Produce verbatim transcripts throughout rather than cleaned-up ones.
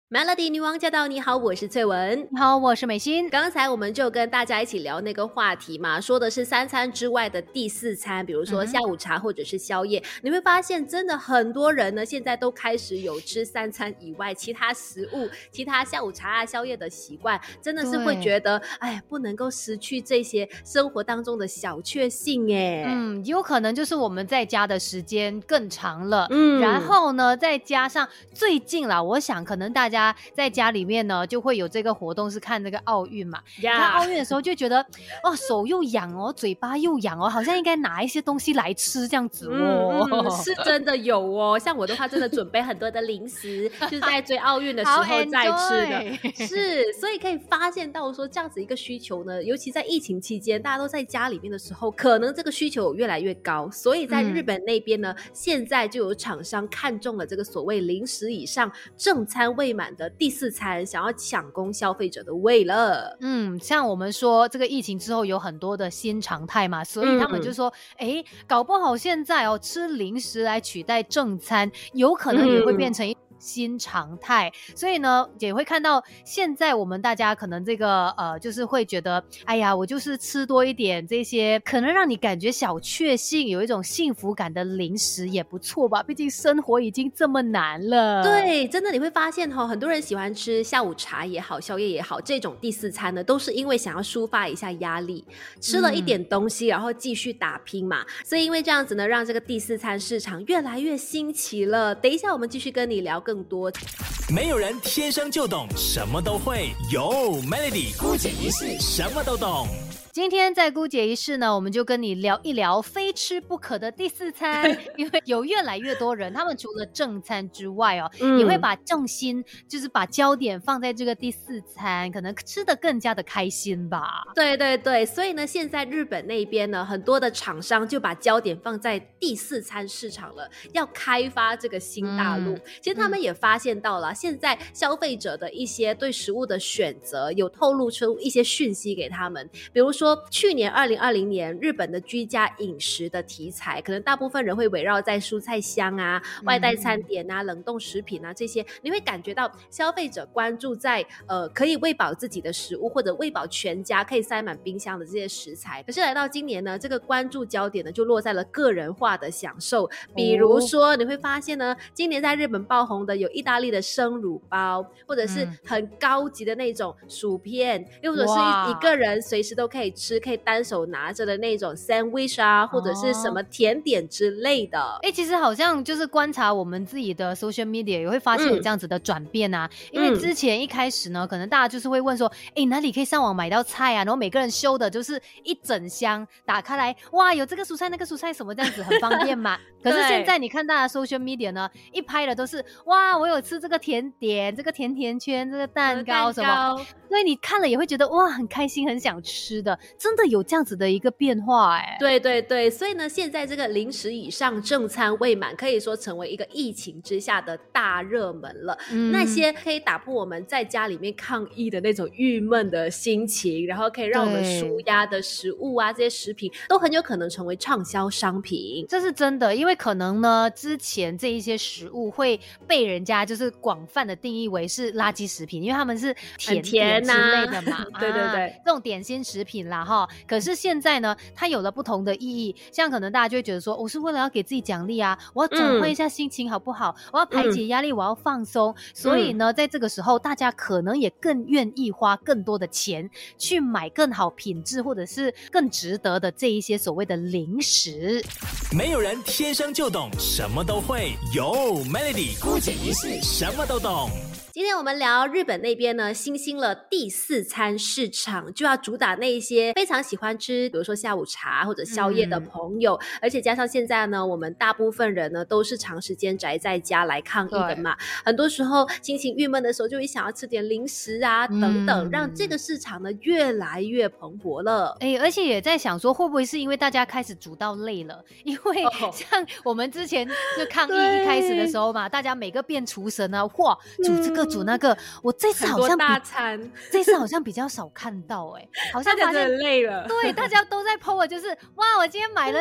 Melody 女王驾到！你好，我是翠文。 你好，我是美心。 刚才我们就跟大家一起聊那个话题嘛，说的是三餐之外的第四餐，比如说下午茶或者是宵夜。嗯、你会发现，真的很多人呢，现在都开始有吃三餐以外其他食物、其他下午茶啊、宵夜的习惯，真的是会觉得，哎，不能够失去这些生活当中的小确幸哎。 嗯，有可能就是我们在家的时间更长了，嗯，然后呢，再加上最近啦，我想可能大家。在家里面呢就会有这个活动是看那个奥运嘛、yeah. 看奥运的时候就觉得哦手又痒哦嘴巴又痒哦，好像应该拿一些东西来吃这样子哦、 嗯嗯、是真的有哦，像我的话真的准备很多的零食就是在追奥运的时候在吃的是，所以可以发现到说这样子一个需求呢，尤其在疫情期间大家都在家里面的时候，可能这个需求有越来越高，所以在日本那边呢、嗯、现在就有厂商看中了这个所谓零食以上正餐未满的第四餐，想要抢攻消费者的胃了。 嗯，像我们说这个疫情之后有很多的新常态嘛，所以他们就说哎、嗯，搞不好现在哦吃零食来取代正餐有可能也会变成一新常态、嗯、所以呢也会看到现在我们大家可能这个呃就是会觉得哎呀我就是吃多一点这些可能让你感觉小确幸有一种幸福感的零食也不错吧，毕竟生活已经这么难了。 对，真的你会发现哦，很多人喜欢吃下午茶也好宵夜也好，这种第四餐呢都是因为想要抒发一下压力，吃了一点东西、嗯、然后继续打拼嘛，所以因为这样子呢让这个第四餐市场越来越兴起了。等一下我们继续跟你聊更多。 没有人天生就懂什么都会，有 Melody 姑姐一世什么都懂。 今天在姑姐一世呢，我们就跟你聊一聊非吃不可的第四餐因为有越来越多人他们除了正餐之外哦、嗯、也会把重心就是把焦点放在这个第四餐，可能吃得更加的开心吧。 对对对，所以呢现在日本那边呢很多的厂商就把焦点放在第四餐市场了，要开发这个新大陆、嗯、其实他们也发现到了、嗯、现在消费者的一些对食物的选择有透露出一些讯息给他们，比如说说去年二零二零年日本的居家饮食的题材，可能大部分人会围绕在蔬菜箱啊、嗯、外带餐点啊、冷冻食品啊这些，你会感觉到消费者关注在呃可以喂饱自己的食物，或者喂饱全家可以塞满冰箱的这些食材。可是来到今年呢，这个关注焦点呢就落在了个人化的享受，比如说、哦、你会发现呢，今年在日本爆红的有意大利的生乳包，或者是很高级的那种薯片、嗯、又或者是 一, 一个人随时都可以吃可以单手拿着的那种 sandwich 啊，或者是什么甜点之类的。 哎、哦，其实好像就是观察我们自己的 social media 也会发现有这样子的转变啊、嗯、因为之前一开始呢可能大家就是会问说哎，哪里可以上网买到菜啊，然后每个人修的就是一整箱打开来，哇有这个蔬菜那个蔬菜什么这样子很方便嘛可是现在你看大家 social media 呢一拍的都是哇我有吃这个甜点这个甜甜圈这个蛋糕什么，所以你看了也会觉得哇很开心很想吃的，真的有这样子的一个变化哎。 对对对，所以呢现在这个零食以上正餐未满可以说成为一个疫情之下的大热门了、嗯、那些可以打破我们在家里面抗议的那种郁闷的心情，然后可以让我们抒压的食物啊，这些食品都很有可能成为畅销商品。 这是真的，因为可能呢之前这一些食物会被人家就是广泛的定义为是垃圾食品，因为他们是甜点之类的嘛、 啊、对对对、啊、 这种点心食品啦哈。可是现在呢它有了不同的意义，像可能大家就会觉得说我、哦、是为了要给自己奖励啊，我要转换一下心情好不好、嗯、我要排解压力、嗯、我要放松，所以呢、嗯、在这个时候大家可能也更愿意花更多的钱去买更好品质或者是更值得的这一些所谓的零食。 没有人天生就懂什么都会，有 Melody 姑姐一世什么都懂。 今天我们聊日本那边呢新兴了第四餐市场，就要主打那一些非常喜欢吃比如说下午茶或者宵夜的朋友、嗯、而且加上现在呢我们大部分人呢都是长时间宅在家来抗疫的嘛，很多时候心情郁闷的时候就会想要吃点零食啊、嗯、等等，让这个市场呢越来越蓬勃了。 哎，而且也在想说会不会是因为大家开始煮到累了，因为像我们之前就抗疫一开始的时候嘛，大家每个变厨神啊，哇煮这个、嗯煮那个，我这次好像大餐这次好像比较少看到哎、欸，好像发现累了。 对，大家都在 po 就是哇，我今天买了这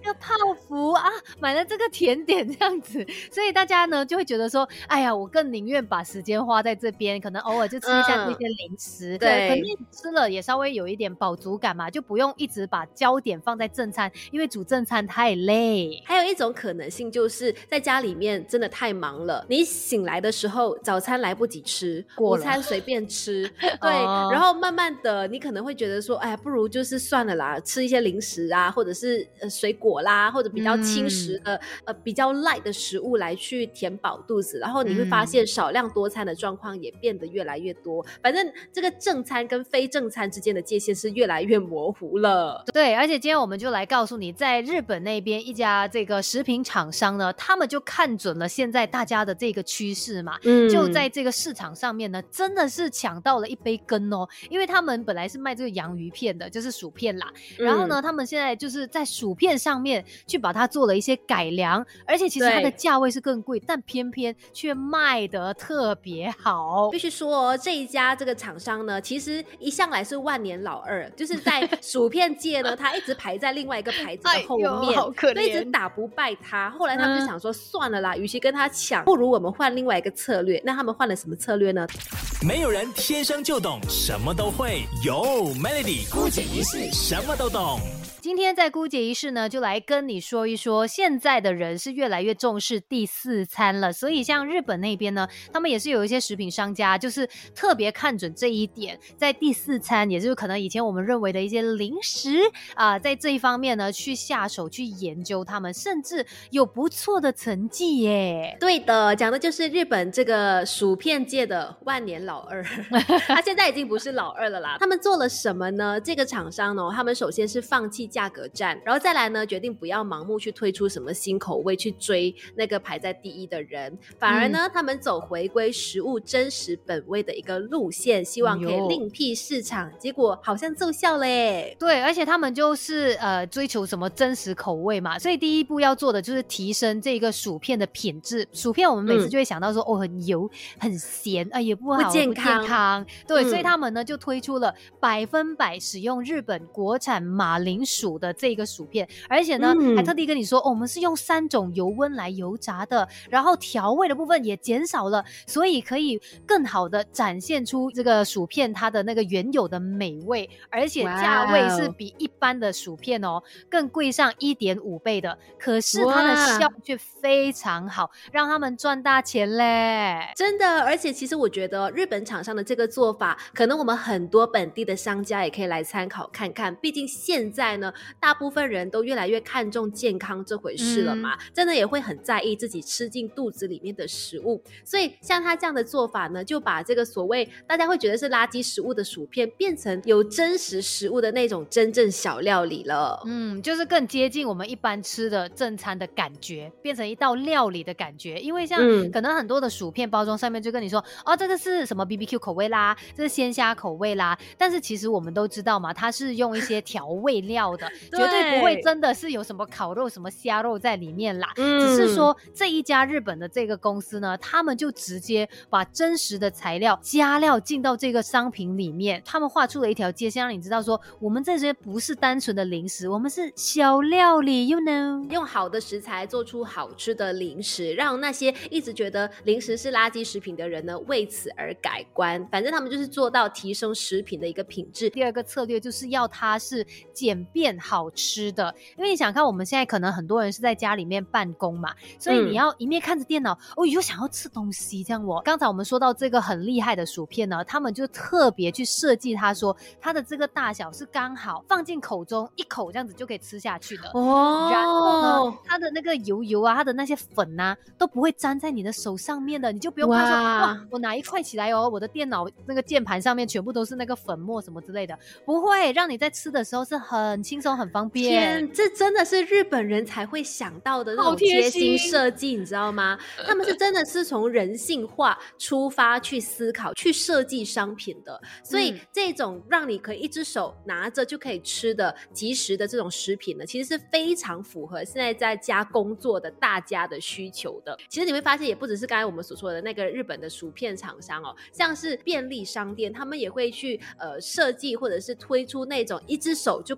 个泡芙啊，买了这个甜点这样子，所以大家呢就会觉得说，哎呀，我更宁愿把时间花在这边，可能偶尔就吃一下这些零食，嗯、对，肯定吃了也稍微有一点饱足感嘛，就不用一直把焦点放在正餐，因为煮正餐太累。 还有一种可能性就是在家里面真的太忙了，你醒来的时候早餐来不及吃，午餐随便吃，对、哦，然后慢慢的你可能会觉得说，哎呀，不如就是算了啦，吃一些零食啊，或者是、呃、水果啦，或者比较轻食的、嗯、呃比较 light 的食物来去填饱肚子，然后你会发现少量多餐的状况也变得越来越多、嗯、反正这个正餐跟非正餐之间的界限是越来越模糊了。 对，而且今天我们就来告诉你，在日本那边一家这个食品厂商呢，他们就看准了现在大家的这个趋势嘛、嗯、就在这个市场上面呢真的是抢到了一杯羹哦，因为他们本来是卖这个洋芋片的，就是薯片啦、嗯、然后呢他们现在就是在薯片上面去把它做了一些改良，而且其实它的价位是更贵，但偏偏却卖得特别好。 必须说、哦、这一家这个厂商呢其实一向来是万年老二，就是在薯片界呢他一直排在另外一个牌子的后面、哎、 好可怜， 一直打不败他。后来他们就想说、嗯、算了啦，与其跟他抢，不如我们换另外一个策略。那他们换了什么策略呢？ 没有人天生就懂什么都会，有 Melody 姑姐一世什么都懂。 今天在姑姐一世呢就来跟你说一说，现在的人是越来越重视第四餐了，所以像日本那边呢他们也是有一些食品商家就是特别看准这一点，在第四餐也就是可能以前我们认为的一些零食啊、呃，在这一方面呢去下手去研究他们，甚至有不错的成绩耶。 对的，讲的就是日本这个薯片界的万年老二他现在已经不是老二了啦。他们做了什么呢？这个厂商呢他们首先是放弃价格战，然后再来呢决定不要盲目去推出什么新口味去追那个排在第一的人，反而呢、嗯、他们走回归食物真实本味的一个路线，希望可以另辟市场，结果好像奏效嘞。 对，而且他们就是呃追求什么真实口味嘛，所以第一步要做的就是提升这个薯片的品质。薯片我们每次就会想到说、嗯、哦很油很咸，哎也不好不健康, 不健康对、嗯、所以他们呢就推出了百分百使用日本国产马铃薯的这个薯片，而且呢、嗯、还特地跟你说、哦、我们是用三种油温来油炸的，然后调味的部分也减少了，所以可以更好的展现出这个薯片它的那个原有的美味，而且价位是比一般的薯片哦更贵上 一点五倍的，可是它的效却非常好，让他们赚大钱嘞， 真的。而且其实我觉得日本厂商的这个做法可能我们很多本地的商家也可以来参考看看，毕竟现在呢大部分人都越来越看重健康这回事了嘛、嗯、真的也会很在意自己吃进肚子里面的食物，所以像他这样的做法呢就把这个所谓大家会觉得是垃圾食物的薯片变成有真实食物的那种真正小料理了。 嗯，就是更接近我们一般吃的正餐的感觉，变成一道料理的感觉。因为像可能很多的薯片包装上面就跟你说、嗯、哦这个是什么 B B Q 口味啦，这是鲜虾口味啦，但是其实我们都知道嘛，它是用一些调味料的对绝对不会真的是有什么烤肉什么虾肉在里面啦、嗯、只是说这一家日本的这个公司呢，他们就直接把真实的材料加料进到这个商品里面，他们画出了一条界线让你知道说我们这些不是单纯的零食，我们是小料理 you know， 用好的食材做出好吃的零食，让那些一直觉得零食是垃圾食品的人呢为此而改观，反正他们就是做到提升食品的一个品质。 第二个策略就是要它是简便好吃的，因为你想看我们现在可能很多人是在家里面办公嘛，所以你要一面看着电脑、嗯、哦又想要吃东西这样。我刚才我们说到这个很厉害的薯片呢，他们就特别去设计它，说它的这个大小是刚好放进口中一口这样子就可以吃下去的哦，然后呢它的那个油油啊它的那些粉啊都不会粘在你的手上面的，你就不用怕说 哇, 哇我拿一块起来哦我的电脑那个键盘上面全部都是那个粉末什么之类的，不会，让你在吃的时候是很轻松很方便。 天，这真的是日本人才会想到的那种贴心设计你知道吗？他们是真的是从人性化出发去思考去设计商品的，所以这种让你可以一只手拿着就可以吃的即食的这种食品呢，其实是非常符合现在在家工作的大家的需求的。其实你会发现也不只是刚才我们所说的那个日本的薯片厂商哦，像是便利商店他们也会去呃设计或者是推出那种一只手就可以拿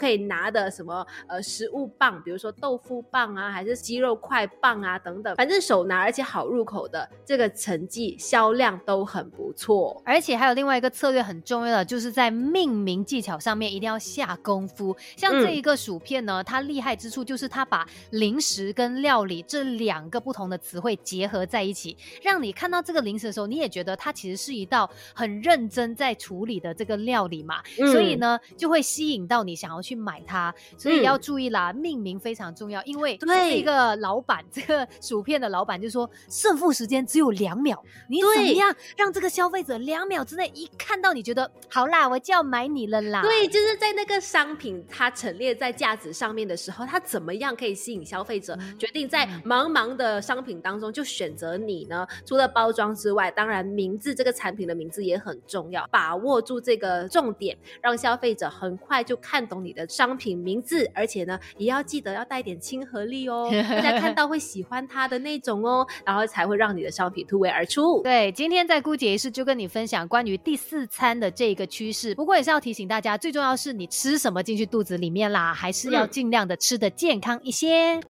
拿的什么呃食物棒，比如说豆腐棒啊，还是鸡肉块棒啊等等，反正手拿而且好入口的，这个成绩销量都很不错。 而且还有另外一个策略很重要的，就是在命名技巧上面一定要下功夫。像这一个薯片呢、嗯、它厉害之处就是它把零食跟料理这两个不同的词汇结合在一起，让你看到这个零食的时候，你也觉得它其实是一道很认真在处理的这个料理嘛、嗯、所以呢就会吸引到你想要去买它。所以要注意啦、嗯、命名非常重要，因为这个老板这个薯片的老板就说胜负时间只有两秒，你怎么样让这个消费者两秒之内一看到你觉得好啦我就要买你了啦。 对，就是在那个商品它陈列在架子上面的时候，它怎么样可以吸引消费者、嗯、决定在茫茫的商品当中就选择你呢？除了包装之外，当然名字，这个产品的名字也很重要，把握住这个重点，让消费者很快就看懂你的商品名字，而且呢也要记得要带点亲和力哦，大家看到会喜欢它的那种哦，然后才会让你的商品突围而出。 对，今天在姑姐仪式就跟你分享关于第四餐的这个趋势，不过也是要提醒大家，最重要是你吃什么进去肚子里面啦，还是要尽量的吃的健康一些。